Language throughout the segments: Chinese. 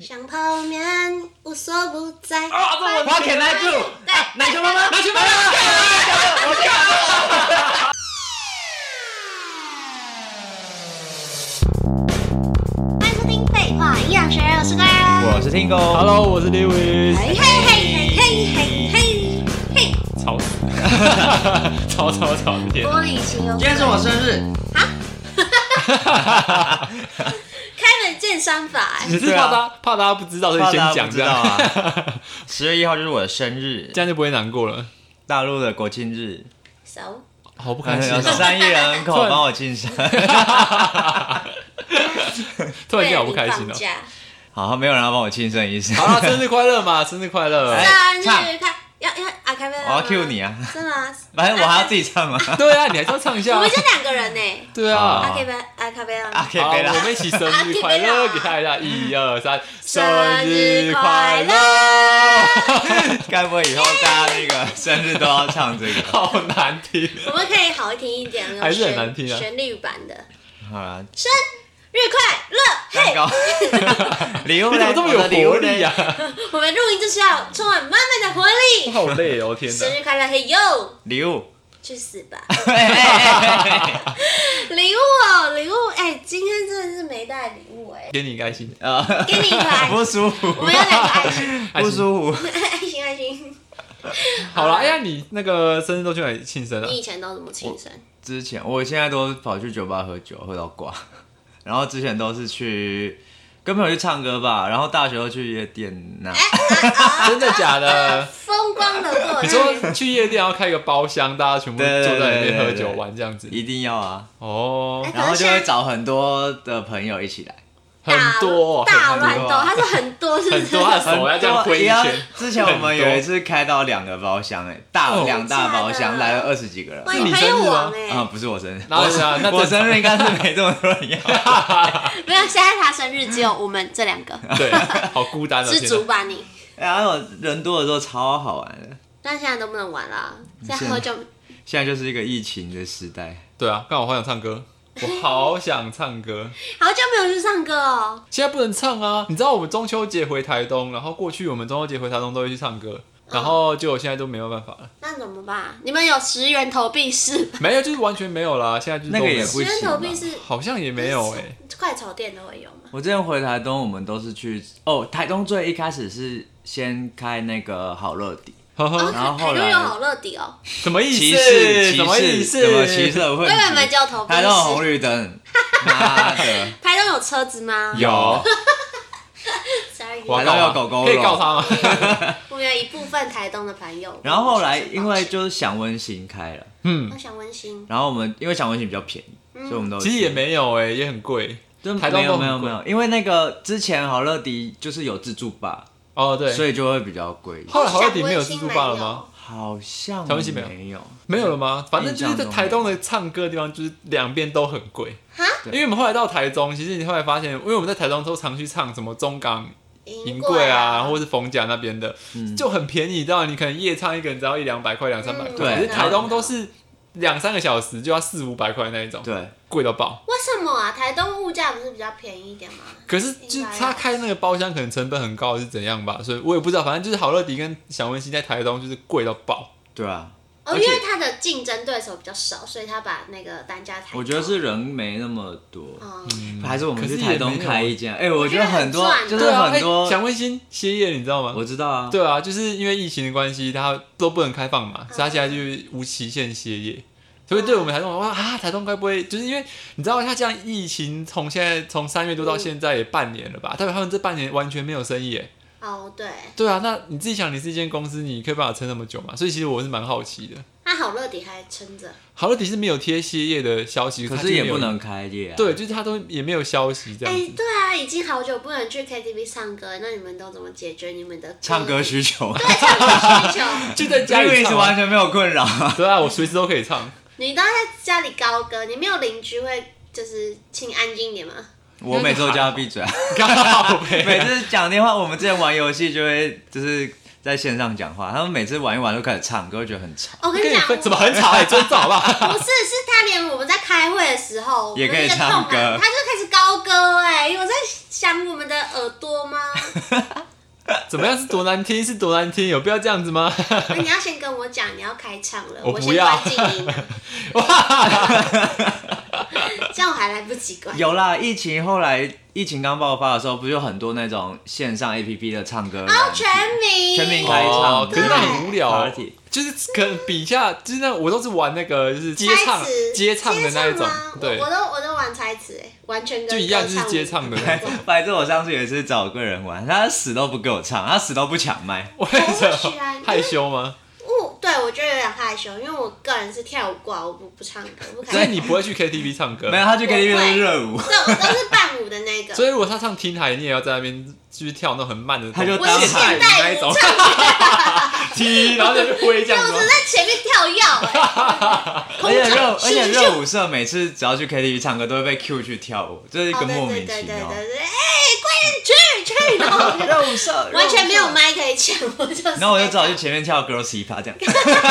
想泡面无所不在。 花田来住，奶球妈妈，奶球妈妈，我干！ 欢迎收听《废话营养学》，我是个人， 我是 Tingo，Hello， 我是 Lewis。 嘿嘿嘿嘿嘿嘿嘿， 吵死！吵的天！ 玻璃心哦。 今天是我生日。 开门见山法， 只是怕大家不知道，所以先讲这样啊。10月1号就是我的生日， 这样就不会难过了。 大陆的国庆日， 好不开心， 有13亿人口帮我庆生， 突然间好不开心哦。 好，没有人要帮我庆生意思。 好了，生日快乐嘛，生日快乐！ 生日快要阿开贝拉， 我要 cue 你啊！ 真的吗？ 反正我还要自己唱吗？ 对啊，你还是要唱一下。 我们就2个人呢。 对啊。 阿开贝拉， 好，我们一起生日快乐，给他一下，1、2、3，生日快乐！ 该不会以后大家那个生日都要唱这个？ 好难听。 我们可以好听一点， 还是很难听啊， 旋律版的。 好啦， 生日快乐！ 蛋糕，礼物你怎么这么有活力啊？ 我们录音就是要充满满满的活力。 好累哦，天哪！ 生日快乐，嘿哟！ 礼物， 去死吧！礼物哦，礼物，今天真的是没带礼物给你一个爱心给你一个爱心， 不舒服。 我们有2个爱心， 不舒服。 爱心。 好了，你那个生日都去哪里庆生啊？ 你以前都怎么庆生？ 之前，我现在都跑去酒吧喝酒，喝到挂。然后之前都是去跟朋友去唱歌吧，然后大学又去夜店真的假的？ 风光的过。 你说去夜店要开一个包厢，大家全部坐在里面喝酒玩这样子？ 一定要啊！ 哦， 然后就会找很多的朋友一起来。 很多大乱斗，他是很多， 很多，他的手要这样挥一圈。 之前我们有一次开到2个包厢，2大包厢来了20几个人。 是你生日吗？ 不是我生日， 我生日应该是没这么多人要。 没有，现在他生日只有我们这2个。 对，好孤单哦。 知足吧你。 然后人多的时候超好玩的。 但现在都不能玩啦，现在喝酒。 现在就是一个疫情的时代。 对啊，刚好好想唱歌。我好想唱歌， 好久没有去唱歌哦。 现在不能唱啊！你知道我们中秋节回台东，然后过去我们中秋节回台东都会去唱歌，然后就我现在都没有办法了。 那怎么办？你们有10元投币式？ 没有，就是完全没有啦。现在就是那个也不行。10 元投币式好像也没有快炒店都会有吗？ 我之前回台东，我们都是去台东最一开始是先开那个好乐迪。然后后来台东有好乐迪哦， 什么意思？ 什么意思？什么歧视的问题？ 我以为你们只有投币式。 台东有红绿灯，妈的！ 台东有车子吗？ 有。台东有狗狗， 可以告他吗？ 我们有一部分台东的朋友。 然后后来因为就是享温馨开了， 享温馨。 然后我们因为享温馨比较便宜，所以我们都其实也没有也很贵。 台东没有，因为那个之前好乐迪就是有自助吧。 哦，对， 所以就会比较贵。 后来好乐迪没有自助吧了吗？ 好像没有了吗？反正就是在台东的唱歌的地方，就是2边都很贵。因为我们后来到台中，其实你后来发现，因为我们在台东都常去唱什么中港银柜啊，或是逢甲那边的，就很便宜，到你可能夜唱一个人只要100-200块、200-300块。可是台东都是2-3个小时就要400-500块那一种， 对， 贵到爆。 为什么啊？台东物价不是比较便宜一点吗？ 可是就是他开那个包厢可能成本很高是怎样吧，所以我也不知道。反正就是好乐迪跟享温馨在台东就是贵到爆。 对啊。 因为他的竞争对手比较少，所以他把那个单价抬高。 我觉得是人没那么多，还是我们去台东开一间。我觉得很多就是很多享温馨歇业，你知道吗？ 我知道啊。 对啊，就是因为疫情的关系，它都不能开放嘛，所以他现在就是无期限歇业。所以对我们台东台东该不会就是因为你知道他这样疫情从3月多到现在也半年了吧？代表他们这半年完全没有生意耶。对啊，那你自己想，你是一间公司，你可以办法撑那么久嘛？所以其实我是蛮好奇的。 那好乐迪还撑着？ 好乐迪是没有贴歇业的消息， 可是也不能开业啊。 对，就是他都也没有消息这样子。 对啊，已经好久不能去 KTV 唱歌，那你们都怎么解决你们的唱歌需求？ 对，唱歌需求就在家里唱， 完全没有困扰。 对啊，我随时都可以唱。 你都在家里高歌，你没有邻居会就是请安静一点吗？ 我每次都叫他闭嘴啊！每次讲电话，我们之前玩游戏就会就是在线上讲话，他们每次玩一玩就开始唱歌，觉得很吵。 我跟你讲， 怎么很吵？尊重好不好？ 不是，是他连我们在开会的时候也可以唱歌， 他就开始高歌我在想我们的耳朵吗？ 怎么样是多难听？是多难听？有必要这样子吗？ 你要先跟我讲你要开唱了， 我不要。 先关静音了。哇！这样我还来不及关。 有啦，后来疫情刚爆发的时候，不是有很多那种线上 APP 的唱歌， 全民开唱， 可是那很无聊。就是可能比一下，就是那我都是玩那个就是接唱的那一种，对， 我都玩猜词完全跟就一样，就是接唱的那种。 反正我上次也是找个人玩，他死都不给我唱，他死都不抢麦。 为什么？害羞吗？ 对，我觉得有点害羞，因为我个人是跳舞挂，我不唱歌，不开心。 所以你不会去 KTV 唱歌？ 没有，他去 KTV 都是热舞。 对，我都是伴舞的那个。 所以如果他唱听海，你也要在那边就是跳那种很慢的， 他就当现代那一种。 踢，然后在那边挥这样子。 我只在前面跳跃而且热舞社每次只要去 KTV 唱歌，都会被 Q 去跳舞，这是一个莫名其妙。 快点去！然后热舞社完全没有麦可以抢， 然后我就只好去前面跳 Girls Hiphop 这样，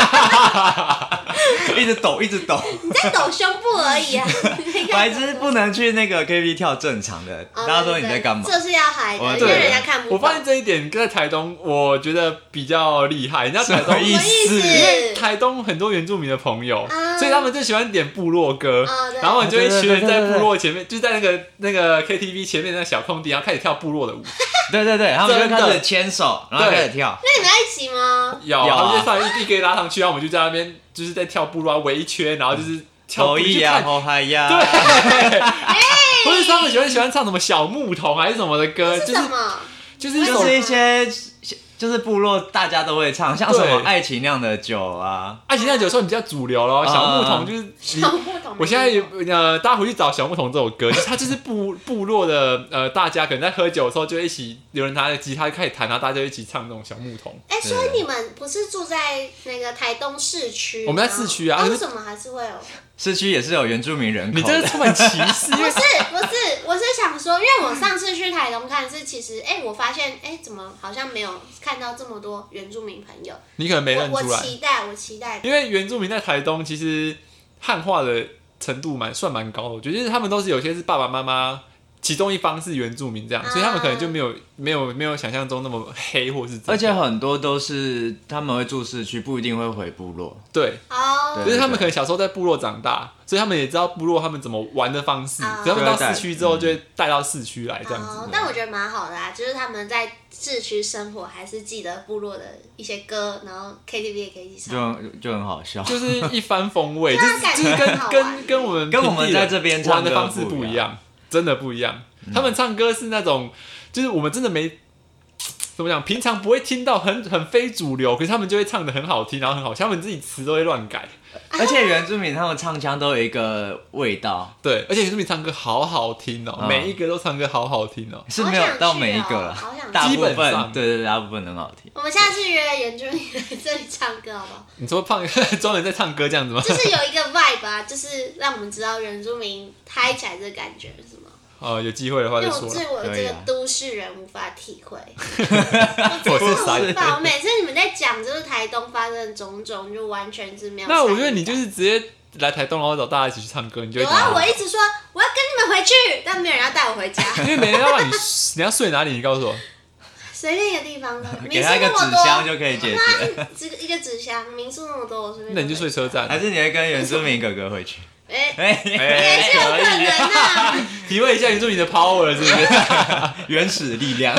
一直抖。 你在抖胸部而已啊！ 我还是不能去那个 KTV 跳正常的。大家说你在干嘛？ 这是要嗨的，因为人家看不懂。 我发现这一点在台东，我觉得比较厉害。人家台东意思， 因为台东很多原住民的朋友，所以他们最喜欢点部落歌，然后你就一群人在部落前面，就在那个 KTV 前面那个小空地，然后开始跳部落的舞。 对，他们就开始牵手，然后开始跳。 那你们在一起吗？ 有，他们就上一个拉上去，然后我们就在那边就是在跳部落围一圈，然后就是跳一呀，好嗨呀， 对，或者他们喜欢唱什么小牧童还是什么的歌，就是一些。就是部落大家都会唱，像什么爱情酿的酒啊， 爱情酿酒算比较主流咯。小牧童就是小牧童。 我现在大家回去找小牧童这首歌，它就是部落的大家可能在喝酒的时候就一起有人拿着吉他就开始弹，然后大家就一起唱那种小牧童。 所以你们不是住在那个台东市区？ 我们在市区啊。 为什么还是会有？ 市区也是有原住民人口的。 你这是充满歧视。 不是，我是想说，因为我上次去台东看是，其实我发现怎么好像没有看到这么多原住民朋友。 你可能没认出来。 我期待。 因为原住民在台东其实汉化的程度算蛮高的，我觉得就是他们都是有些是爸爸妈妈。其中一方是原住民这样，所以他们可能就没有想象中那么黑或是这样。 而且很多都是他们会住市区，不一定会回部落。 对，就是他们可能小时候在部落长大，所以他们也知道部落他们怎么玩的方式。所以他们到市区之后就会带到市区来这样子。 但我觉得蛮好的就是他们在市区生活，还是记得部落的一些歌，然后 KTV 也可以一起唱， 就很好笑， 就是一番风味，就是跟我们在这边玩的方式不一样。真的不一样，他们唱歌是那种，就是我们真的怎么讲，平常不会听到很非主流，可是他们就会唱得很好听，然后很好笑，他们自己词都会乱改。 而且原住民他们唱腔都有一个味道， 对，而且原住民唱歌好好听哦，每一个都唱歌好好听哦， 是没有到每一个了，基本上对，大部分很好听。 我们下次约原住民来这里唱歌好不好？ 你说专门在唱歌这样子吗？ 就是有一个 vibe 啊，就是让我们知道原住民嗨起来这个感觉是吗？ 有机会的话再说。 因为我这个都市人无法体会。 我是傻眼。 我每次你们在讲就是台东发生的种种，就完全是没有。 那我觉得你就是直接来台东，然后找大家一起去唱歌，你就会。 有啊，我一直说我要跟你们回去，但没有人要带我回家。 因为没人要让你要睡哪里，你告诉我。 随便一个地方， 给他一个纸箱就可以解决。 一个纸箱，民宿那么多，我随便。 那你就睡车站， 还是你会跟原住民哥哥回去？ 也是有可能啊。 体会一下原住民的 power 是不是？ 原始力量，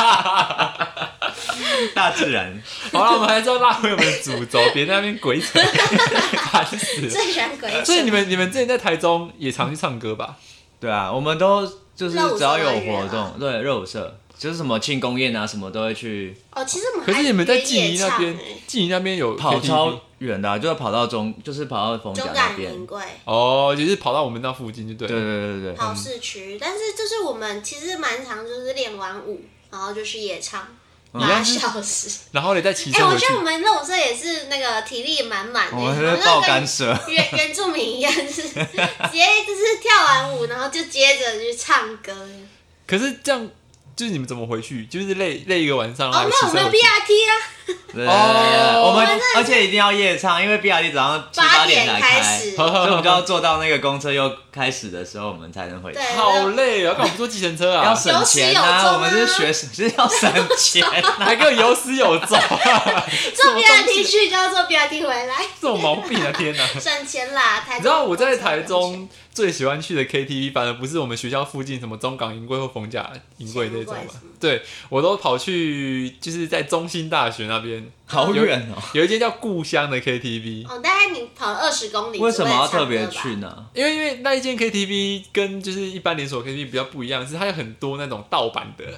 大自然。 好了，我们还是要拉回我们的主轴，别在那边鬼扯，烦死了。 最喜欢鬼扯。 所以你们之前在台中也常去唱歌吧？ 对啊，我们都就是只要有活动，对热舞社。就是什么庆功宴啊，什么都会去。 其实我们可是你们在纪宜那边有跑超远的就是跑到逢甲那边。 就是跑到我们那附近就对。 对。 跑市区，但是就是我们其实蛮常就是练完舞，然后就去夜唱8小时， 然后你再骑车回去。 我觉得我们热舞社也是那个体力满满的， 我们是爆干蛇， 原住民一样，就是直接就是跳完舞，然后就接着去唱歌。 可是这样。就是你们怎么回去？就是累一个晚上， 没有 BRT 啊。 我们而且一定要夜唱，因为 BRT 早上7、8点才开，所以我们就要坐到那个公车又开始的时候，我们才能回去。 好累啊！干嘛不坐计程车啊？ 要省钱啊！我们是学生，就是要省钱， 还给我有始有终。 坐 BRT 去就要坐 BRT 回来， 这种毛病啊！天哪！ 省钱啦！ 你知道我在台中最喜欢去的 KTV， 反而不是我们学校附近什么中港银柜或逢甲银柜那种嘛。对，我都跑去就是在中兴大学那边， 好远哦。 有一间叫故乡的 KTV。 哦，大概你跑了20公里。 为什么要特别去呢？ 因为那一间 KTV 跟就是一般连锁 KTV 比较不一样，是它有很多那种盗版的。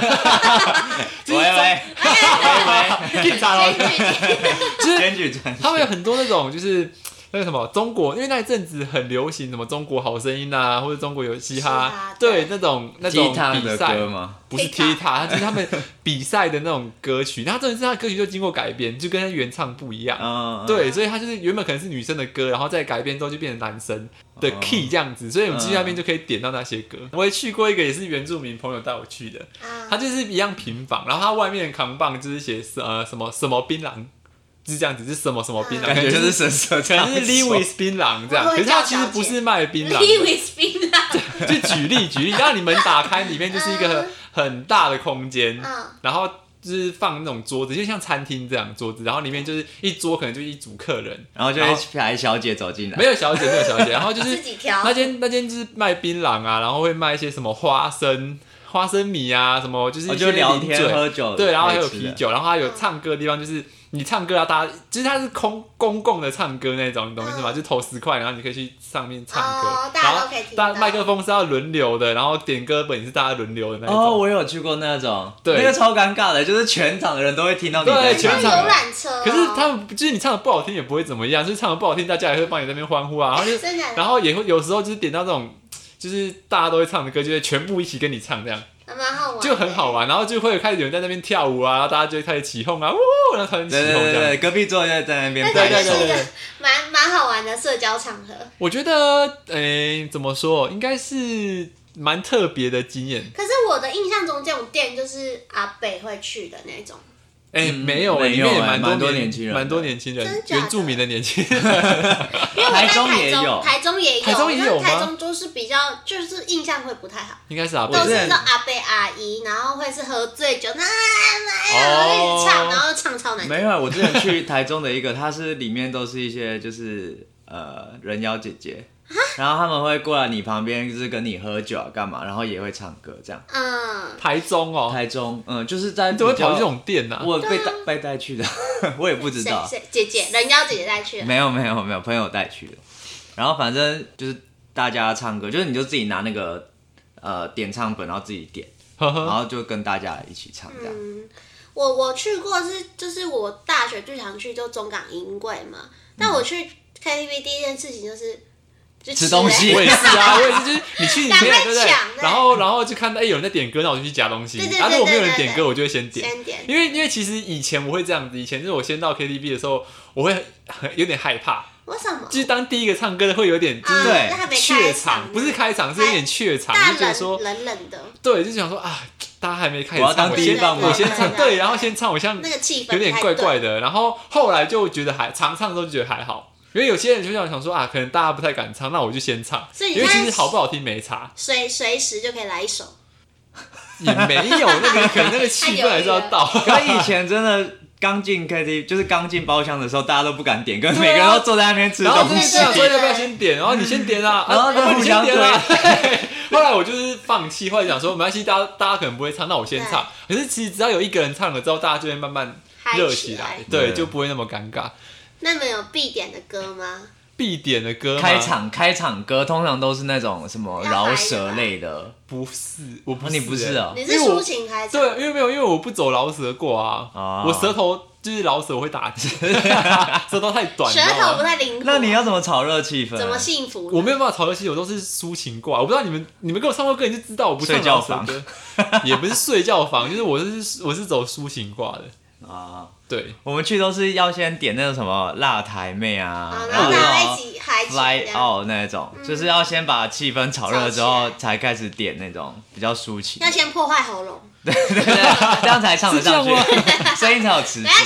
喂， 警察老师， 检举专线， 他们有很多那种就是那个什么中国，因为那一阵子很流行什么中国好声音啊，或者中国有嘻哈，对那种比赛吗？ 不是踢踏，它就是他们比赛的那种歌曲。然后真的是他的歌曲就经过改编，就跟他原唱不一样。对，所以他就是原本可能是女生的歌，然后再改编之后就变成男生的 key 这样子。所以我们去那边就可以点到那些歌。我也去过一个也是原住民朋友带我去的，他就是一样平房，然后他外面的扛棒就是写什么什么槟榔。就是这样子，是什么什么槟榔， 感觉就是神社， 可能是 Lewis 槟榔这样，可是它其实不是卖槟榔 ，Lewis 槟榔， 就举例，让你门打开，里面就是一个很大的空间，然后就是放那种桌子，就像餐厅这样桌子，然后里面就是一桌可能就一组客人， 然后就一排小姐走进来， 没有小姐，然后就是自己挑， 那间就是卖槟榔啊，然后会卖一些什么花生米啊，什么就是一些聊天喝酒， 对，然后还有啤酒，然后还有唱歌的地方，就是你唱歌要大家，其实它是公共的唱歌那种，你懂意思吗？就投10块，然后你可以去上面唱歌， 然后大麦克风是要轮流的，然后点歌本也是大家轮流的那种。 哦，我有去过那种， 对， 那个超尴尬的，就是全场的人都会听到你对，全场游览车。 可是他们就是你唱的不好听也不会怎么样，就是唱的不好听，大家也会帮你在那边欢呼啊，然后也会有时候就是点到这种就是大家都会唱的歌，就会全部一起跟你唱这样。 蛮好玩， 就很好玩，然后就会开始有人在那边跳舞啊，然后大家就会开始起哄啊，然后开始起哄这样。 对，隔壁桌就在那边。 对，蛮好玩的社交场合。 我觉得，怎么说，应该是蛮特别的经验。 可是我的印象中，这种店就是阿北会去的那种。 没有，里面也蛮多年轻人， 蛮多年轻人，原住民的年轻人。 因为我在台中也有吗？ 台中就是比较，就是印象会不太好。 应该是阿伯， 都是那种阿伯阿姨，然后会是喝醉酒，然后一直唱，然后唱超难听。 没有，我之前去台中的一个，它是里面都是一些就是人妖姐姐。然后他们会过来你旁边，就是跟你喝酒啊，干嘛？然后也会唱歌这样。 台中， 就是在你怎么会跑这种店呢？ 我被带去的，我也不知道。 姐姐，人妖姐姐带去的。 没有，朋友带去的。然后反正就是大家唱歌，就是你就自己拿那个点唱本，然后自己点，然后就跟大家一起唱这样。 我去过就是我大学最常去就中港银柜嘛，但我去 KTV 第一件事情就是吃东西。 我也是啊，就是你去里面对不对？然后就看到有人在点歌，那我就去夹东西。然后如果没有人点歌，我就会先点。因为其实以前我会这样子，以前就是我先到 KTV 的时候，我会有点害怕。 为什么？ 就是当第一个唱歌的会有点就是怯场，不是开场，是有点怯场，就觉得说冷冷的。 对，就想说啊，大家还没开始唱， 我先唱，对，然后先唱，我像那个气氛有点怪怪的。然后后来就觉得常唱的时候就觉得还好。因为有些人就想说啊，可能大家不太敢唱，那我就先唱。因为其实好不好听没差， 随时就可以来一首。 也没有可能那个气氛还是要到。 可是以前真的刚进 KTV， 就是刚进包厢的时候，大家都不敢点，跟每个人都坐在那边吃东西。 然后说要不要先点，然后你先点啊， 然后就互相推。 后来我就是放弃，后来想说没关系，大家可能不会唱，那我先唱。可是其实只要有一个人唱了之后，大家就会慢慢热起来，对，就不会那么尴尬。 那你们有必点的歌吗？ 必点的歌吗？ 开场歌通常都是那种什么饶舌类的。 不是， 你不是哦， 你是抒情开场。 对，因为我不走饶舌过啊，我舌头就是饶舌我会打结，舌头太短， 舌头不太灵活。 那你要怎么炒热气氛？ 怎么幸福？ 我没有办法炒热气氛，我都是抒情挂。我不知道你们跟我唱过歌，你就知道我不唱饶舌歌，也不是睡觉房，就是我是走抒情挂的啊。对， 我们去都是要先点那种什么辣台妹啊， 然后大家一起嗨起 fly out 那种，就是要先把气氛炒热之后，才开始点那种比较抒情。 要先破坏喉咙。 对，这样才唱得上去，声音才有持续。 等下先开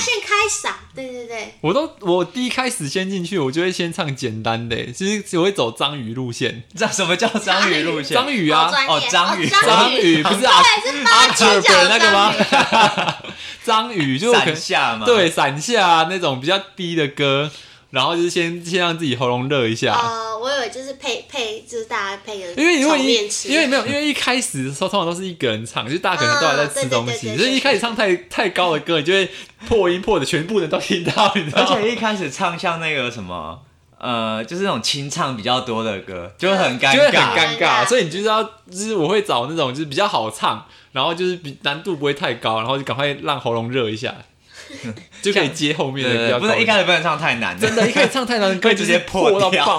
嗓，对。 我第一开始先进去，我就会先唱简单的，其实我会走章鱼路线。 什么叫章鱼路线？ 章鱼啊， 章鱼不是阿哲的那个吗？章鱼就伞下嘛， 对，伞下那种比较低的歌。然后就是先让自己喉咙热一下。 我以为就是配，就是大家配个炒面吃。 因为一开始的时候通常都是一个人唱，就是大家可能都还在吃东西，所以一开始唱太高的歌，你就会破音破的全部人都听到，你知道吗？ 而且一开始唱像那个什么。就是那种清唱比较多的歌，就会很尴尬， 所以你就是我会找那种就是比较好唱，然后就是难度不会太高，然后就赶快让喉咙热一下。就可以接后面的比较高， 不是一开始不能唱太难的， 真的，一开始唱太难的歌会直接破到爆。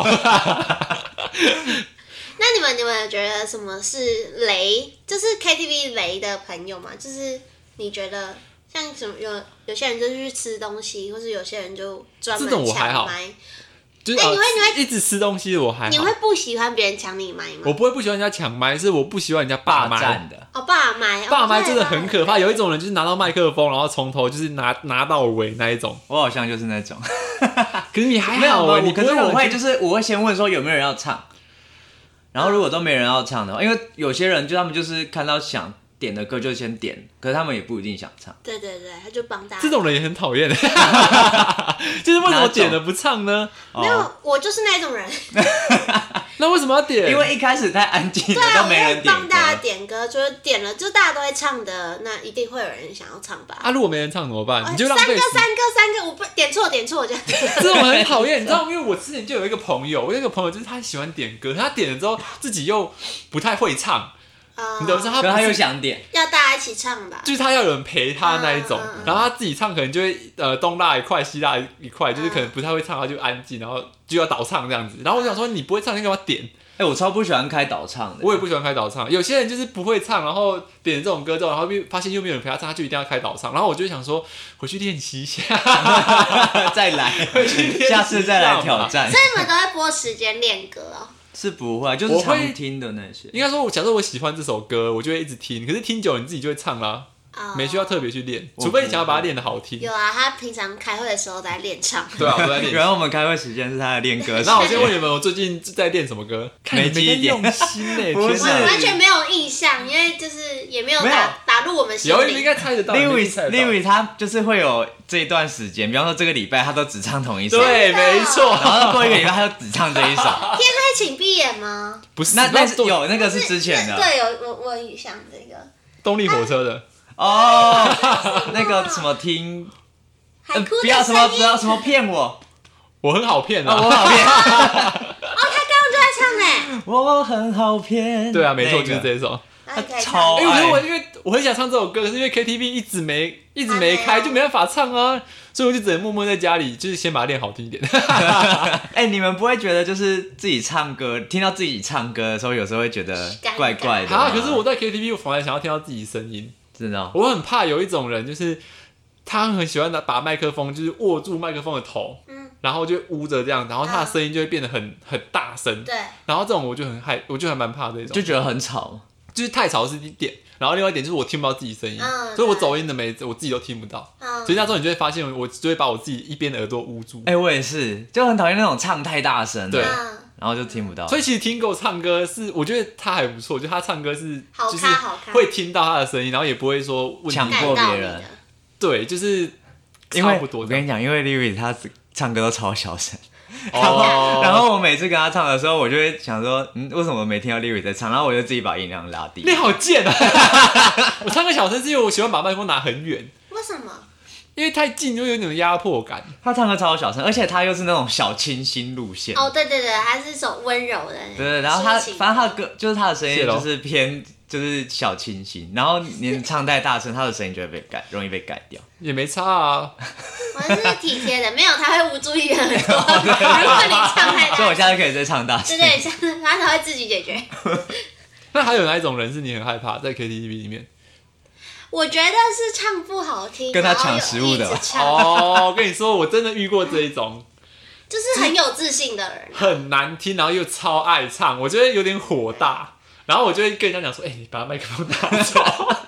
那你们有觉得什么是雷？就是 KTV 雷的朋友嘛？就是你觉得像什么有些人就去吃东西，或是有些人就专门抢麦。 就是你会一直吃东西，我还好。 你会不喜欢别人抢你麦吗？ 我不会不喜欢人家抢麦，是我不喜欢人家霸占的。 霸麦真的很可怕。有一种人就是拿到麦克风，然后从头就是拿到尾那一种。 我好像就是那种。 可是你还好， 可是我会先问说有没有人要唱，然后如果都没人要唱的话，因为有些人他们就是看到想点的歌就先点，可是他们也不一定想唱。 对，他就帮大家。 这种人也很讨厌，就是为什么点了不唱呢？ 没有，我就是那种人。 那为什么要点？ 因为一开始太安静了，都没人点歌。 帮大家点歌，就是点了就大家都会唱的，那一定会有人想要唱吧？ 如果没人唱怎么办？你就浪费。 三个，我不点错这样。 这种很讨厌，你知道吗？因为我之前就有一个朋友，就是他喜欢点歌，他点了之后自己又不太会唱。你懂吗？ 他又想点， 要大家一起唱吧， 就是他要有人陪他那一种，然后他自己唱可能就会东拉一块西拉一块，就是可能不太会唱，他就安静，然后就要倒唱这样子。然后我想说你不会唱，你干嘛点？ 我超不喜欢开导唱的， 我也不喜欢开导唱。有些人就是不会唱，然后点这种歌之后，然后发现又没有人陪他唱，他就一定要开导唱。然后我就想说回去练习一下， 再来，下次再来挑战。 所以你们都会拨时间练歌哦？ 是不会，就是常听的那些。 应该说，假设我喜欢这首歌，我就会一直听。可是听久了，你自己就会唱啦，没需要特别去练，除非你想要把它练得好听。 有啊，他平常开会的时候在练唱。 对啊，我在练。 然后我们开会时间是他的练歌。 那我先问你们，我最近在练什么歌？ 没记忆点， 用心嘞， 我完全没有印象，因为就是也没有打入我们心里。 有，你应该猜得到。 Liwis 他就是会有这一段时间，比方说这个礼拜他都只唱同一首， 对，没错。 然后过一个礼拜他就只唱这一首。 天黑请闭眼吗？ 不是， 那有那个是之前的。 对，我想这个动力火车的。 那个什么听，不要什么骗我， 我很好骗啊， 我好骗。 他刚刚就在唱哎， 我很好骗。 对啊，没错，就是这一首。 超因为我很想唱这首歌，可是因为 KTV 一直没开，就没办法唱啊，所以我就只能默默在家里，就是先把它练好听一点。 你们不会觉得就是自己唱歌，听到自己唱歌的时候，有时候会觉得怪怪的可是我在 KTV 我反而想要听到自己声音。 真的， 我很怕有一种人，就是他很喜欢把麦克风就是握住麦克风的头，然后就捂着这样，然后他的声音就会变得很大声。对，然后这种我就还蛮怕这种， 就觉得很吵， 就是太吵是一点，然后另外一点就是我听不到自己声音，所以我走音的我自己都听不到，所以那时候你就会发现我就会把我自己一边的耳朵捂住。 我也是，就很讨厌那种唱太大声，对。然后就听不到， 所以其实听狗唱歌是，我觉得他还不错，就他唱歌是，就是会听到他的声音，然后也不会说强迫别人。 对，就是差不多。 我跟你讲，因为 Liwis 他唱歌都超小声，然后我每次跟他唱的时候，我就会想说，为什么没听到 Liwis 在唱？然后我就自己把音量拉低。 你好贱啊！我唱歌小声是因为我喜欢把麦克风拿很远。 为什么？ 因为太近就有点压迫感。 他唱歌超小声，而且他又是那种小清新路线。 对，他是走温柔的。 对，然后反正他的歌就是他的声音就是偏就是小清新，然后你唱太大声，他的声音就会容易被改掉。 也没差啊。 我是体贴的，没有他会捂住一个耳朵。如果你唱太大， 所以我现在可以再唱大声。 对，他才会自己解决。 那还有哪一种人是你很害怕在 KTV 里面？ 我觉得是唱不好听， 跟他抢食物的。 我跟你说，我真的遇过这一种， 就是很有自信的人， 很难听，然后又超爱唱，我觉得有点火大，然后我就会跟人家讲说：“你把麦克风拿走。”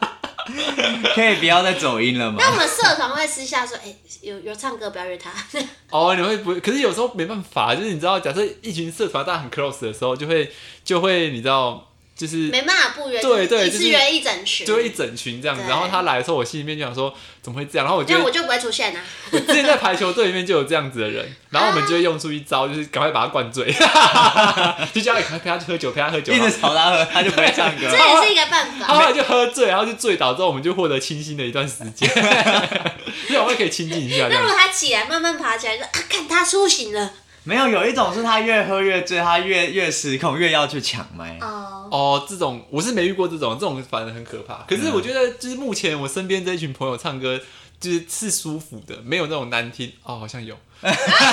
可以不要再走音了吗？ 那我们社团会私下说，有唱歌不要约他。 哦，你会不会？可是有时候没办法，就是你知道，假设一群社团大家很 close 的时候，就会你知道。就是没办法不约， 对， 一次约一整群， 就会一整群这样子。然后他来的时候，我心里面就想说，怎么会这样？然后因为我就不会出现啊。 我之前在排球队里面就有这样子的人，然后我们就会用出一招，就是赶快把他灌醉，就叫他陪他去喝酒， 一直吵他喝，他就不会唱歌。 这也是一个办法。 他后来就喝醉，然后就醉倒之后，我们就获得清新的一段时间，所以我们可以亲近一下。 那如果他起来，慢慢爬起来，说看他苏醒了。 没有一种是他越喝越醉，他越失控，越要去抢麦。 哦，这种我是没遇过这种反而很可怕。可是我觉得，就是目前我身边这一群朋友唱歌，是舒服的，没有那种难听。哦，好像有。 谁？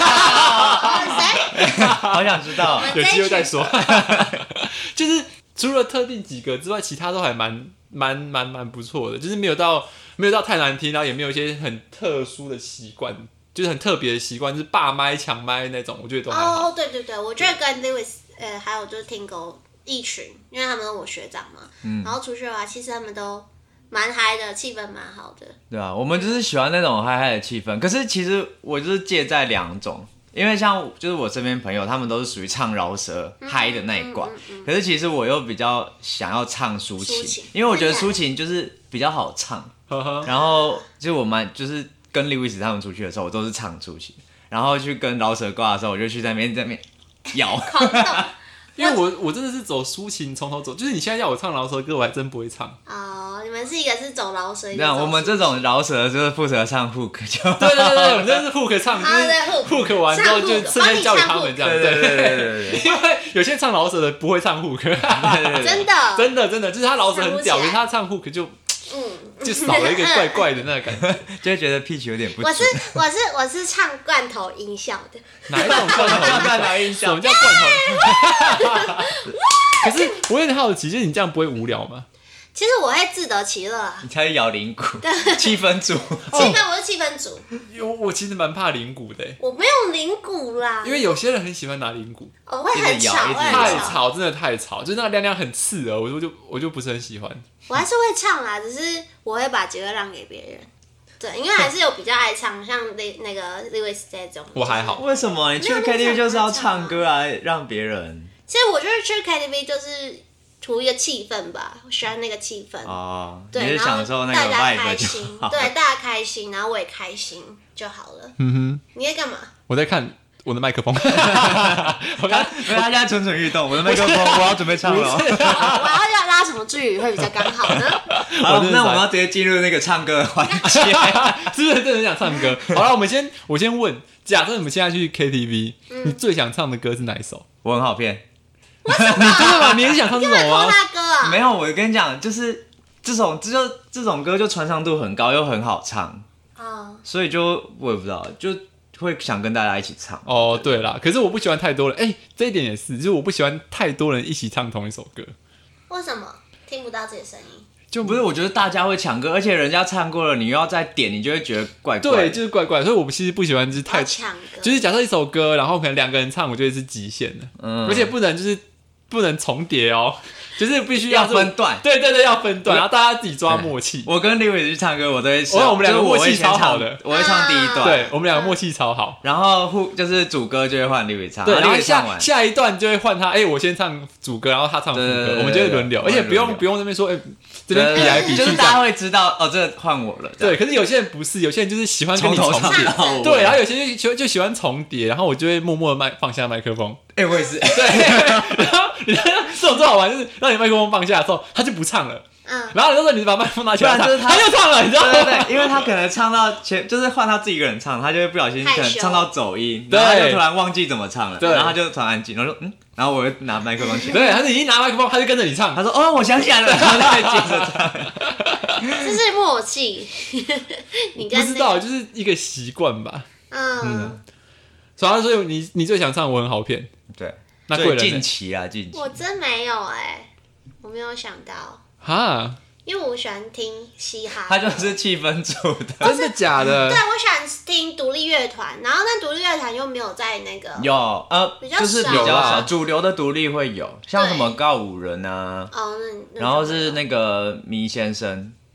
好想知道， 有机会再说。就是除了特定几个之外，其他都还蛮不错的，就是没有到太难听，然后也没有一些很特殊的习惯。就是很特别的习惯，就是霸麦抢麦那种，我觉得都还好。 对，我觉得跟 Lewis 还有就是听狗一群，因为他们是我学长嘛，然后出去的话，其实他们都蛮嗨的，气氛蛮好的。 对啊，我们就是喜欢那种嗨嗨的气氛。可是其实我就是介在两种，因为像就是我身边朋友，他们都是属于唱饶舌嗨的那一挂，可是其实我又比较想要唱抒情，因为我觉得抒情就是比较好唱。然后就就是跟 Lewis 他们出去的时候，我都是唱出去，然后去跟饶舌挂的时候，我就去在那边摇。 因为我真的是走抒情，从头走，就是你现在要我唱饶舌歌，我还真不会唱。 你们是一个是走饶舌， 那我们这种饶舌就是负责唱 hook 就。 对，我们真的是 hook 唱，就是 hook 完之后就顺便交给他们这样。对，因为有些唱饶舌的不会唱 hook。真的，就是他饶舌很屌，可是他唱 hook 就少了一个怪怪的那个感觉， 就会觉得 pitch 有点不足。 我是唱罐头音效的。 哪一种罐头音效？什么叫罐头？可是我有点好奇，就是你这样不会无聊吗？ 其实我会自得其乐啊。 你才是摇铃鼓，气氛组。 我是气氛组。 我其实蛮怕铃鼓的。 我没有铃鼓啦。 因为有些人很喜欢拿铃鼓。 会很吵， 太吵，真的太吵，就是那个亮亮很刺耳，我就不是很喜欢。 我还是会唱啦，只是我会把机会让给别人。对，因为还是有比较爱唱，像那个 Lewis 这种。 我还好。 为什么你去 KTV 就是要唱歌啊，让别人？ 其实我觉得去 KTV 就是图一个气氛吧，我喜欢那个气氛。对， 你是享受那个 vibe 就好。 对，大家开心，然后我也开心就好了。你在干嘛？ 我在看我的麦克风。 他现在蠢蠢欲动，我的麦克风我要准备唱了。 我要拉什么句语会比较刚好呢？ 好，那我们要直接进入那个唱歌的环节。 是不是真的很想唱歌？好了，我先问，假设你们现在去 KTV，你最想唱的歌是哪一首？ 我很好骗。 你真的吗？你也想唱这种吗？ 没有，我跟你讲，就是这种歌就传唱度很高，又很好唱。所以我也不知道，就会想跟大家一起唱。 对啦，可是我不喜欢太多人。这一点也是，就是我不喜欢太多人一起唱同一首歌。 为什么？听不到自己的声音？ 就不是，我觉得大家会抢歌，而且人家唱过了，你又要再点，你就会觉得怪怪的。 对，就是怪怪的。所以我其实不喜欢就是太抢歌。 就是假设一首歌，然后可能2个人唱，我觉得是极限的。而且不能重叠哦。就是必须要分段， 对，要分段，然后大家自己抓默契。 我跟Lewis去唱歌，我都会， 我们两个默契超好的， 我会唱第一段， 对，我们两个默契超好。 然后就是主歌就会换Lewis唱， 对，然后下一段就会换他，我先唱主歌，然后他唱副歌，我们就会轮流，而且不用那边说，这边比来比去， 就是大家会知道这换我了。 对，可是有些人不是，有些人就是喜欢跟你重叠，对，然后有些就喜欢重叠，然后我就会默默的放下麦克风。 我也是。 对，然后你这种最好玩就是让你麦克风放下的时候，他就不唱了。然后有时候你把麦克风拿起来唱，他又唱了，你知道吗？ 对，因为他可能唱到就是换他自己一个人唱，他就会不小心可能唱到走音，然后他就突然忘记怎么唱了，然后他就突然安静，然后说然后我会拿麦克风起来， 对，他是已经拿麦克风，他就跟着你唱， 他说我想起来了，然后再接着唱。 这是默契。 你不知道，就是一个习惯吧。所以你最想唱我很好骗。 对， 那贵人近期。 我真没有我没有想到。因为我喜欢听嘻哈， 他就是气氛组的。 真的假的？ 对，我喜欢听独立乐团，然后那独立乐团又没有在那个有就是比较少，主流的独立会有，像什么告五人啊，然后是那个迷先生，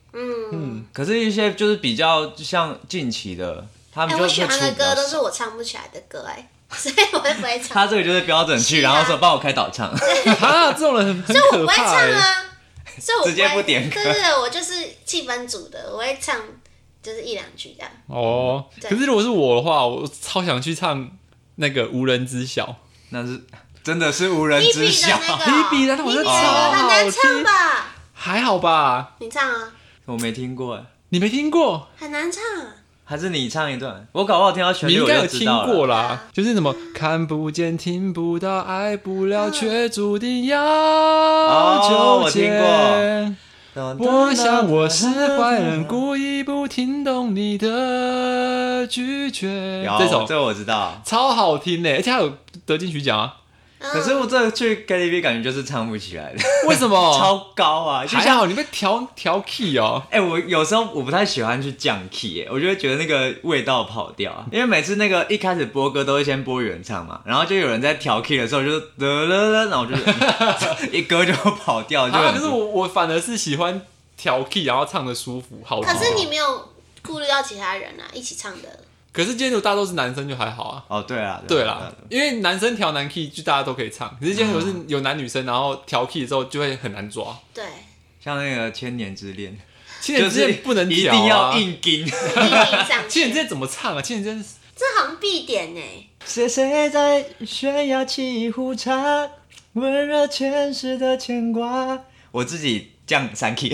可是一些就是比较像近期的，他们就我喜欢的歌都是我唱不起来的歌所以我会不会唱。 他这个就是标准去，然后说帮我开导唱。 啊，这种人很可怕。 所以我不会唱啊，所以我直接不点歌。 对，我就是气氛组的，我会唱就是1-2句这样。 哦，可是如果是我的话，我超想去唱那个无人知晓。 那是真的是无人知晓。 Hebe 的那我在唱， 很难唱吧？ 还好吧？ 你唱啊。 我没听过你没听过？ 很难唱啊。 还是你唱一段？我搞不好听到旋律你应该有听我就知道了。 过啦，就是什么看不见、听不到、爱不了，却注定要纠结。我想我是坏人，故意不听懂你的拒绝。 这我知道， 超好听的，而且还有得金曲奖啊。 可是我这去 KTV 感觉就是唱不起来的。 为什么？ 超高啊！就还好你被调 key 哦。 我有时候我不太喜欢去降 key，我就会觉得那个味道跑掉。因为每次那个一开始播歌都会先播原唱嘛，然后就有人在调 key 的时候就然后就一歌就跑掉。 可是我反而是喜欢调 key， 然后唱的舒服，好听。 可是你没有顾虑到其他人啊，一起唱的。 可是今天如果大家都是男生就还好啊。 哦，对啦， 因为男生调男 key 就大家都可以唱，可是今天如果是有男女生，然后调 key 的时候就会很难抓。 对， 像那个千年之恋， 千年之恋不能调啊， 一定要硬盯。 千年之恋怎么唱啊？千年之恋这好像必点谁谁在悬崖起壶茶，温热前世的牵挂。我自己降3 key。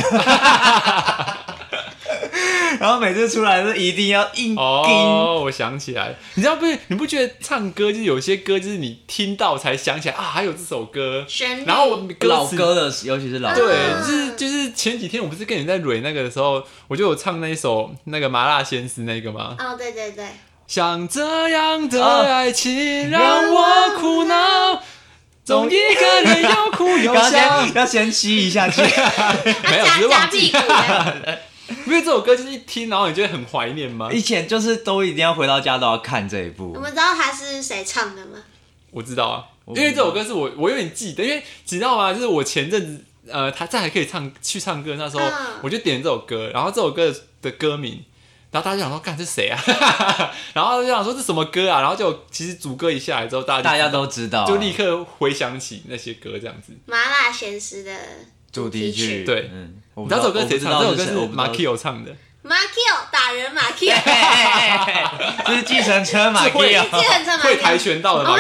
然后每次出来都一定要硬盯。 哦，我想起来，你知道不是？你不觉得唱歌就是有些歌就是你听到才想起来啊，还有这首歌， 然后老歌的，尤其是老歌。 对，就是前几天我不是跟你在蕊那个的时候，我就有唱那一首那个麻辣鲜师那个吗？ 哦，对对对。 像这样的爱情让我苦恼，总一个人又哭又笑。 要先吸一下去， 没有，只是忘记。 屁股。 因为这首歌就是一听，然后你就会很怀念吗？ 以前就是都一定要回到家都要看这一部。 我们知道他是谁唱的吗？ 我知道啊，因为这首歌是我有点记得，因为你知道吗？就是我前阵子他在还可以去唱歌那时候，我就点这首歌，然后这首歌的歌名，然后大家就想说，干这谁啊？然后就想说这什么歌啊？然后就其实主歌一下来之后，大家都知道， 就立刻回想起那些歌这样子。 麻辣鲜师的主题曲， 对，你知道这首歌谁唱？这首歌是马 Kio 唱的。 马 Kio 打人马 Kio， 这是计程车马 Kio， 会跆拳道的马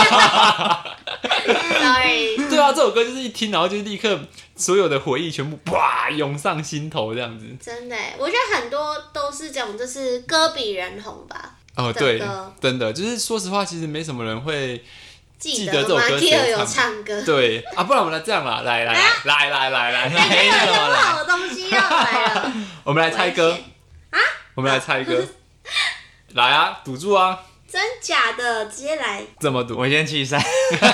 Kio。Sorry。 对啊，这首歌就是一听，然后就立刻所有的回忆全部哇涌上心头这样子。 真的，我觉得很多都是这种，就是歌比人红吧。 哦，对，真的就是说实话，其实没什么人会记得这首歌谁有唱歌。 对啊，不然我们来这样啦，来， 有不好的东西要来了。 我们来猜歌啊！我们来猜歌，来啊，赌注啊！ 真假的，直接来。 怎么赌？ 我先弃赛。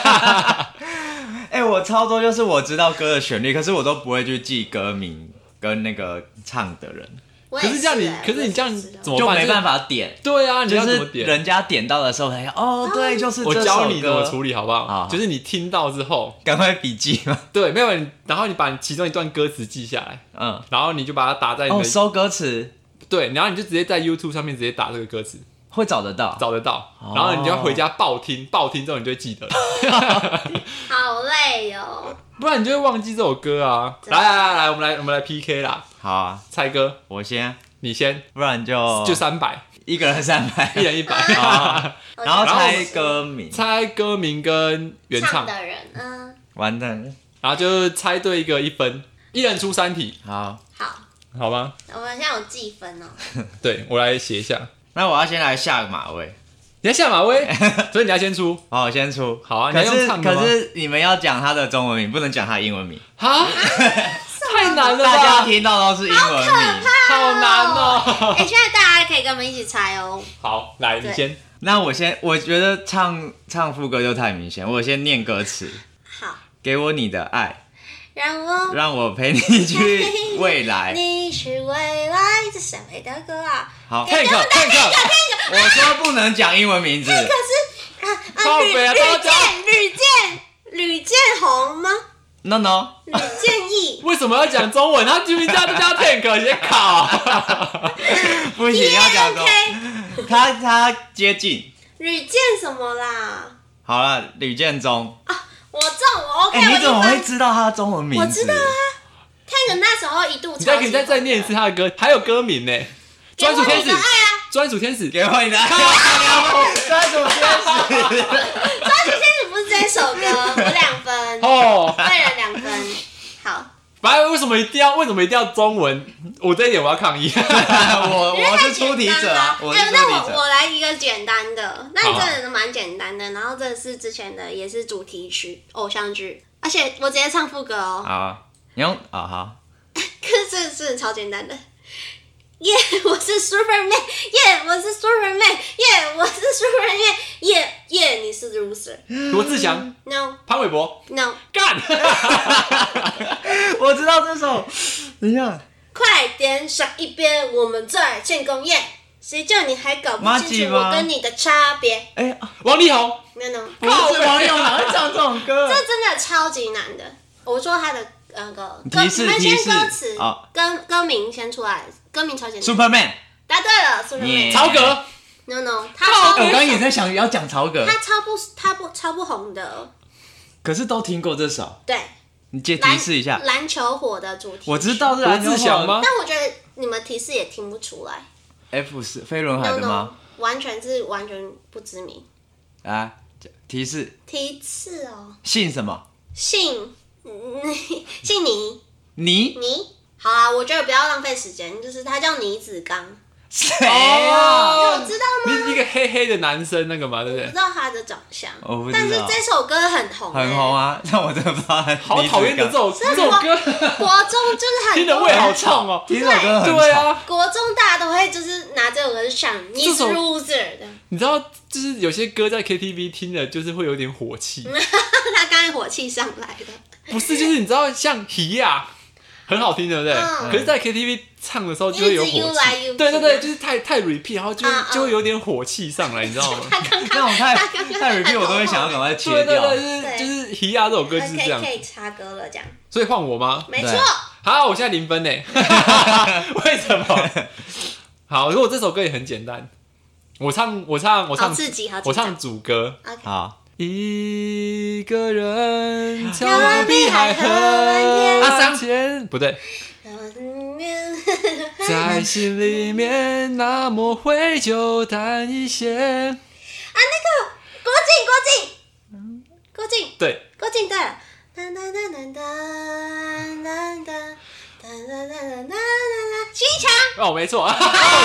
我超多就是我知道歌的旋律，可是我都不会去记歌名跟那个唱的人。 可是这样你这样怎么办？ 就没办法点。 对啊，你要怎么点？ 人家点到的时候才想，哦，对，就是我教你怎么处理好不好？就是你听到之后， 赶快笔记嘛。 对，没有，然后你把其中一段歌词记下来，然后你就把它打在你的搜歌词。对， 然后你就直接在 YouTube 上面直接打这个歌词， 会找得到， 然后你就要回家爆听之后你就会记得了。 好累哦。 不然你就会忘记这首歌啊！来，我们来 PK 啦！ 好啊， 猜歌， 我先， 你先， 不然就 300， 一个人300， 一人100， 然后猜歌名跟原唱的人， 完蛋了， 然后就猜对一个1分，一人出3题，好吗？ 我们现在有计分哦。 对，我来写一下。 那我要先来下个马威。 你要下马威，所以你要先出。 好，我先出。 好啊，你要用唱的吗？ 可是你们要讲他的中文名，不能讲他的英文名。 哈，太难了吧！ 大家听到都是英文名， 好难哦。 现在大家可以跟我们一起猜哦。 好，来，你先。 那我觉得唱副歌就太明显，我先念歌词。 好。 给我你的爱。让我陪你去未来。 你是未来，这是谁的歌啊？ 好 ，Tank， 我说不能讲英文名字。 可是吕建宏吗？ No No， 吕建义。 为什么要讲中文？他居然叫 Tank 写考， 不行，要讲中文。他接近。 吕建什么啦？ 好了，吕建中。 啊，我中，我 OK。 你怎么会知道他的中文名字？ 我知道啊 ，Tank 那时候一度超级。 你再念一次他的歌，还有歌名呢。专属天使，专属天使， 给我你的爱，专属天使， 专属天使不是这首歌，我2分，贵人2分，好。 反正为什么一定要中文？我这一点我要抗议。 我是出题者啊， 那我来一个简单的，那真的蛮简单的，然后这是之前的，也是主题曲偶像剧，而且我直接唱副歌哦。 好，你用好。 可是这是超简单的。耶、yeah, 我是 Superman， 耶、yeah, 我是 Superman， 耶、yeah, 我是 Superman， 耶、你是 loser。 罗志祥 ，No。 潘玮柏 ，No。 干。 我知道这首，等一下。 快点上一边，我们在庆功宴。谁叫你还搞不清楚我跟你的差别？ 王力宏 ，No。 不是王力宏，哪会唱这种歌？ 这真的超级难的。我说他的那个提示， 你们先歌词，歌名先出来。歌名超简单 ，Superman， 答对了 ，Superman， 曹格 ，No， 他我刚刚也在想要讲曹格， 他超不红的， 可是都听过这首， 对， 你借提示一下， 篮球火的主题， 我知道是篮球火吗？ 但我觉得你们提示也听不出来 ，F 是飞轮海的吗？ 完全不知名， 啊，提示哦， 姓什么？ 姓你。 好啊，我觉得不要浪费时间，就是他叫倪子刚。 谁啊？ 你有知道吗？ 你一个黑黑的男生那个嘛，对不对？ 我不知道他的长相， 我不知道。 但是这首歌很红， 很红啊！但我真的不知道。 好讨厌的这首歌， 国中就是很听的胃好痛哦， 听这首歌很吵。 对啊， 国中大家都会就是拿这首歌去唱，你是 loser 的。 你知道，就是有些歌在 KTV 听的，就是会有点火气。 他刚才火气上来的。 不是，就是你知道，像皮亚。很好听，对不对？可是，在 KTV 唱的时候就会有火气。对，就是太 repeat， 然后就会有点火气上来，你知道吗？ 那种太 repeat， 我都会想要赶快切掉。 对，就是《皮亚》这首歌就是这样。 可以插歌了，这样。 所以换我吗？ 没错。 好，我现在0分呢。为什么？好，如果这首歌也很简单，我唱主歌。 好。 一个人眺望碧海和蓝天，不对，在心里面那么会就淡一些。 那个郭靖， 对， 郭靖对了。心墙哦，没错，他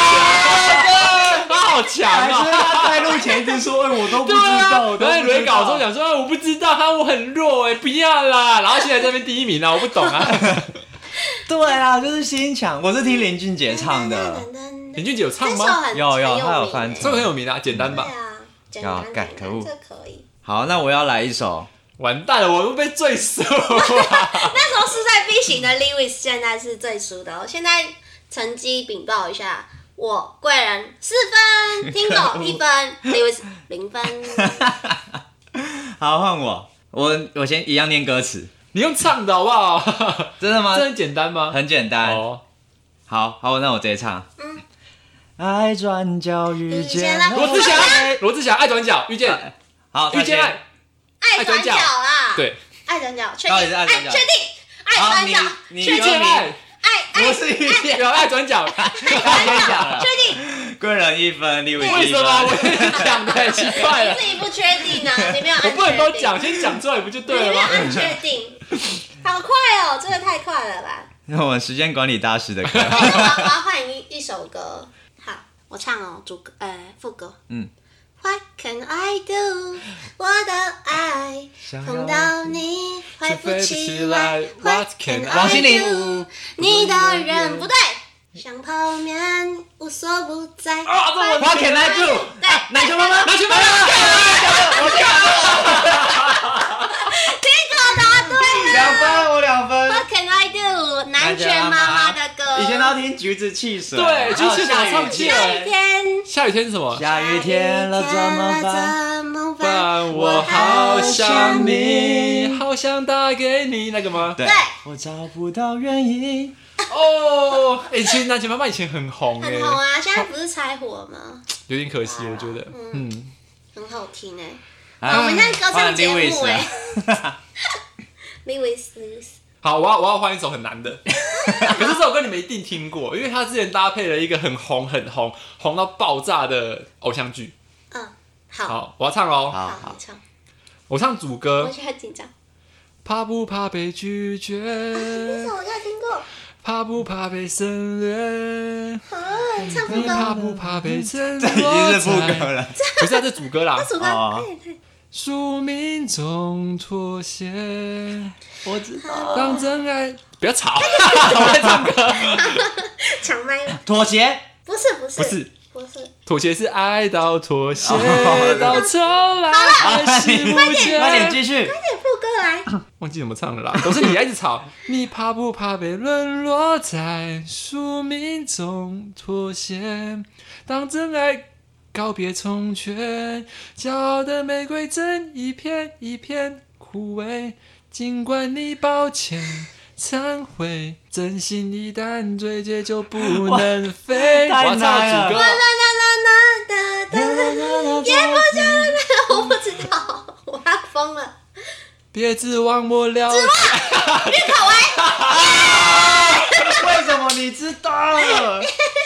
好强啊！ 他在录前一直说，我都不知道。 我在蕊稿的时候讲说，我不知道，我很弱不要啦。然后现在这边第1名啦，我不懂啊。 对啊，就是心墙，我是听林俊杰唱的。 林俊杰有唱吗？ 有，他有翻唱， 这个很有名啊，简单吧？ 对啊，简单， 可恶， 这可以。 好，那我要来一首。 完蛋了，我都被最输了。 那时候势在必行的 Lewis 现在是最输的哦。现在成绩禀报一下，我贵人4分，Tingo 1分，Lewis 0分。 好，换我，我先一样念歌词。 你用唱的好不好？ 真的吗？ 这很简单吗？ 很简单。哦，好，那我直接唱。爱转角遇见罗志祥，爱转角遇见， 好， 遇见爱。 爱转角啦， 对， 爱转角，确定， 确定，爱转角， 确定， 不是遇见，有爱转角， 确定， 贵人1分，Lewis 1分。 为什么我跟你讲的奇怪了？ 你自己不确定呢，你没有按确定。 我不能都讲，先讲出来不就对了吗？ 你没有按确定，好快哦，这个太快了吧？ 那我们时间管理大师的歌。 我要换一首歌，好，我唱哦，副歌，What can I do？ 我的爱碰到你会浮起来。What can I do？ 你的人不对，像泡面无所不在。 What can I do？ 对， 奶球妈妈， 听歌答对了 ，2分，我2分。 What can I do？ 南拳妈妈的歌。 以前都要听橘子汽水。 对，橘子汽水唱起来。 下雨天是什么？ 下雨天了怎么办？ 空泛， 我好想你，好想打给你，那个吗？ 对，我找不到原因。 哦，其实南拳妈妈以前很红， 很红啊，现在不是拆火吗？ 有点可惜，我觉得， 很好听我们现在歌唱节目Lewis。 好，我要换一首很难的，可是这首歌你们一定听过，因为它之前搭配了一个很红到爆炸的偶像剧。好，我要唱喽。 好， 你唱。 我唱主歌。 我现在紧张。 怕不怕被拒绝？ 这首我有听过。 怕不怕被省略？ 唱副歌。 你怕不怕被承诺？ 这已经是副歌了， 不是，这主歌啦。 主歌。 宿命中妥协， 我知道。 当真爱，不要吵，我在唱歌。 抢麦了。 妥协？ 不是。 妥协是爱到妥协，到头来还是不见。 快点继续。 快点副歌来。 忘记怎么唱了啦，都是你一直吵。你怕不怕被沦落在宿命中妥协？当真爱告别从前，骄傲的玫瑰正一片一片枯萎。尽管你抱歉忏悔，真心一旦坠结就不能飞。我要唱主歌。 我不知道，我要疯了。 别指望我了解。 郁可唯。 为什么你知道？ 因为我2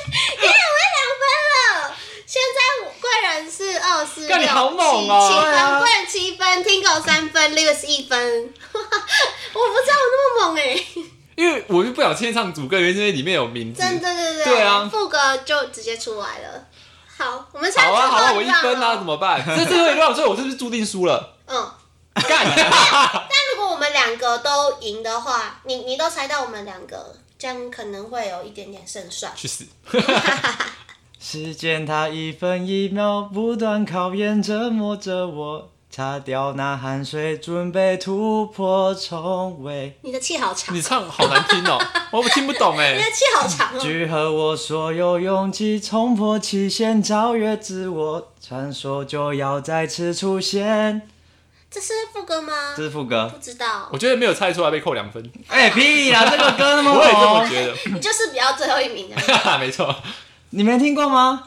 分了。现在贵人是2、4、6、 干你好猛哦 7分，贵人7分 ，Tingo 3分 ，Lewis 1分。我不知道我那么猛因为我就不想先唱主歌，因为里面有名字。 对啊，副歌就直接出来了。好，我们唱好啊，我1分啊，怎么办？这最后一段，所以我是不是注定输了？干！ 但如果我们2个都赢的话，你都猜到我们2个，这样可能会有一点点胜算。 去死！ 时间它1分1秒不断考验折磨着我，擦掉那汗水，准备突破重围。 你的气好长。 你唱好难听哦，我听不懂哎。 你的气好长哦。 聚合我所有勇气，冲破期限，超越自我，传说就要再次出现。 这是副歌吗？ 这是副歌。 不知道。 我觉得没有猜出来被扣2分。 屁啦，这个歌那么红。 我也这么觉得。 你就是比较最后一名的。 没错。 你没听过吗？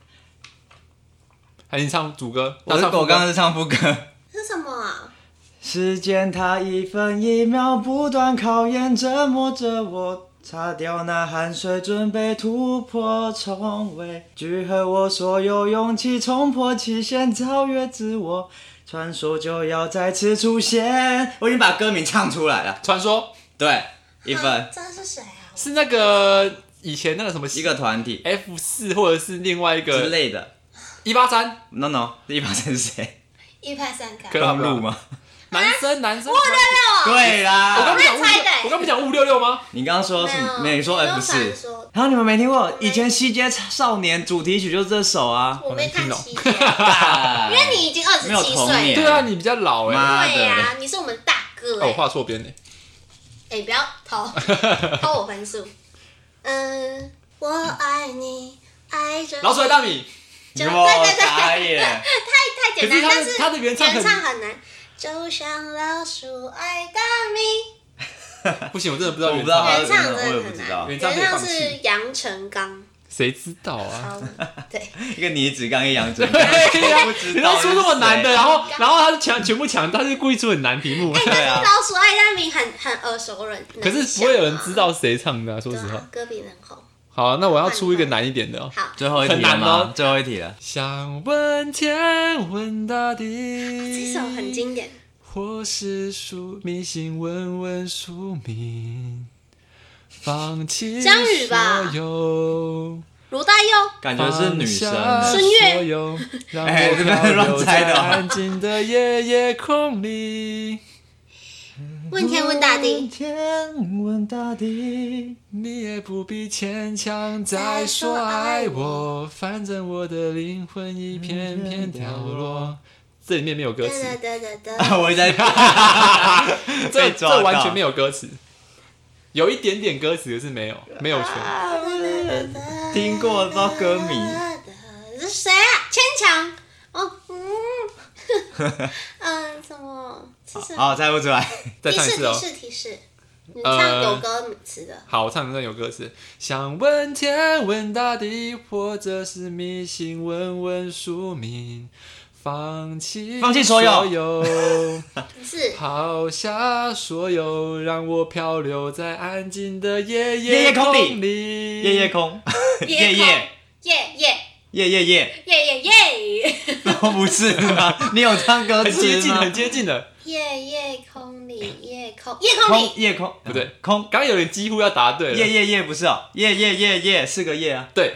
还是你唱主歌？ 我刚刚是唱副歌。 是什么啊？ 时间它1分1秒不断考验折磨着我，擦掉那汗水，准备突破重围。聚合我所有勇气，冲破期限，超越自我，传说就要再次出现。我已经把歌名唱出来了。 传说。 对，1分。 这是谁啊？ 是那个以前那个什么一个团体 F4或者是另外一个之类的。 183。 No， 183是谁 ？183卡。 刚录吗？ 男生。 对啦。 我刚不讲566吗？ 你刚刚说什么？没说 F4。 然后你们没听过？以前《西街少年》主题曲就是这首啊。 我没看西街，因为你已经27岁了。 对啊，你比较老哎。对啊，你是我们大哥哎。 我画错边呢。 不要偷我分数。我爱你，爱着你。 老鼠爱大米。 对，太简单，但是他的原唱很难。就像老鼠爱大米。 不行，我真的不知道原唱真的很难。 原唱是杨成刚。 谁知道啊？ 对， 一个倪子刚，一个杨成刚。 你都出这么难的，然后他全部抢，他是故意出很难题目。 但是老鼠爱大米很耳熟能详。 可是不会有人知道谁唱的，说实话。 歌比人红。 好，那我要出一个难一点的哦。 好， 最后一题了吗？最后一题了。 想问天问大地， 这首很经典。 或是迷信问问宿命，放弃所有。 罗大佑， 感觉是女生。 孙悦， 让我漂流在安静的夜空里。 问天问大地， 问天问大地， 你也不必牵强再说爱我，反正我的灵魂一片片掉落。这里面没有歌词。 我在这完全没有歌词，有一点点歌词，可是没有全。 听过不知道歌名。 这是谁啊？牵强。 什么？ 好，猜不出来。 再唱一次哦。 提示。你唱有歌词的。 好，我唱有歌词。想问天，问大地，或者是迷信，问问宿命。放弃所有，抛下所有，让我漂流在安静的夜夜空里。 夜夜空，夜夜都不是吗？你有唱歌词吗？ 很接近的。 夜空里， 不对，刚刚有人几乎要答对了。 夜不是哦，夜4个夜啊。 对。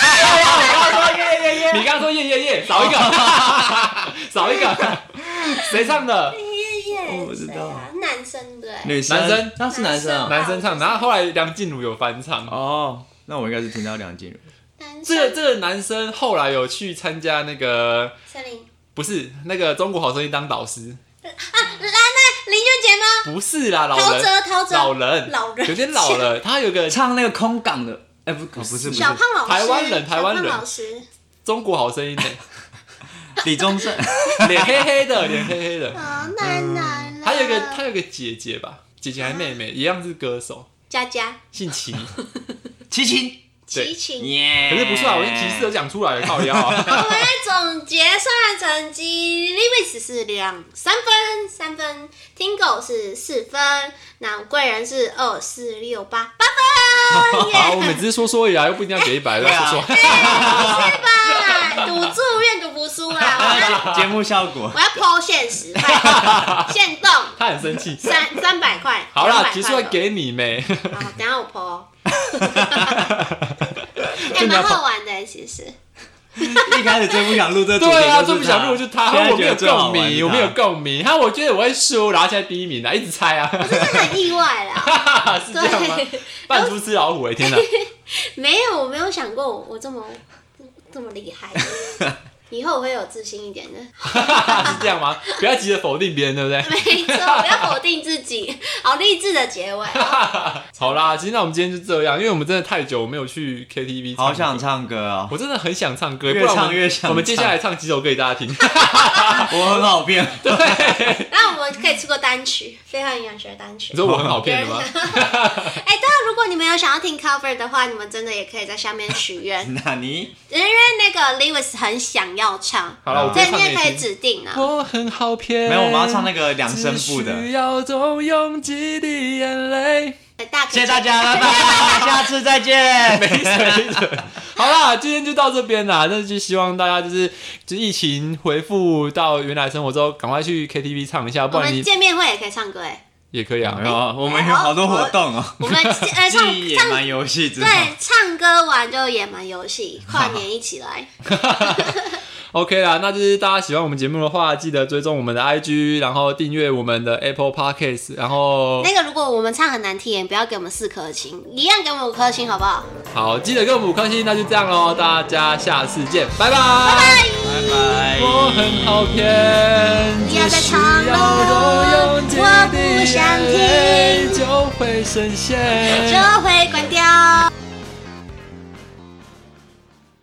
你刚刚说夜，少一个，少一个，谁唱的？ 我不知道。 男生对？ 女生，他是男生啊， 男生唱，然后后来梁静茹有翻唱。 哦，那我应该是听到梁静茹。 这个男生后来有去参加那个，不是那个中国好声音当导师。 林俊杰吗？ 不是啦，老人，有点老了。他有个唱那个空港的，不是小胖老师， 台湾人，中国好声音的李宗盛， 脸黑黑的， 好难了。 他有个姐姐吧，姐姐还是妹妹，一样是歌手， 佳佳， 姓齐， 齐秦。 齐秦， 可是不是啊，我连提示都讲出来了，靠腰。 我们来总结上来成绩 ，Lewis 是3分 ，Tingo 是4分，那贵人是2、4、6、8分。 好，我们只是说而已啊，又不一定要给100，说。 不是吧？赌注愿赌服输啊！ 节目效果。 我要 po 现实，限动。 他很生气。 300块。 好啦，结束要给你没？ 好，等下我 po。蛮好玩的，其实。 一开始最不想录这主题， 对啊，最不想录就他，我没有共鸣，我觉得我会输，然后现在第1名啦，一直猜啊。 我真的很意外啦。 是这样吗？扮猪吃老虎，天哪！ 没有，我没有想过我这么厉害。以后我会有自信一点的。 是这样吗？不要急着否定别人，对不对？ 没错，不要否定自己。好励志的结尾。 好啦，其实那我们今天就这样，因为我们真的太久没有去 KTV 唱歌， 好想唱歌啊！ 我真的很想唱歌， 越唱越想。 我们接下来唱几首歌给大家听。 我很好骗。 对。 那我们可以出个单曲，非常营养学单曲。 你说我很好骗的吗？ 对啊，如果你们有想要听 cover 的话，你们真的也可以在下面许愿。 那你？ 因为那个 Lewis 很想要唱， 好了， 所以你也可以指定啊。 我很好骗。 没有，我们要唱那个2声部的。 只需要多拥挤的眼泪。 谢谢大家，拜拜，下次再见。 没水准。好啦，今天就到这边啦。那就希望大家就是疫情恢复到原来生活之后，赶快去 KTV 唱一下，不然你我们见面会也可以唱歌也可以啊。 我们有好多活动哦。 我们唱野蛮游戏， 对，唱歌完就野蛮游戏，跨年一起来。 OK 啦，那就是大家喜欢我们节目的话，记得追踪我们的 IG， 然后订阅我们的 Apple Podcast， 然后那个如果我们唱很难听，也不要给我们4颗星，一样给我们5颗星，好不好？ 好，记得给我们5颗星，那就这样咯，大家下次见，拜拜， 拜拜。 我很好骗， 不要再唱了，我不想听， 就会深陷， 就会关掉。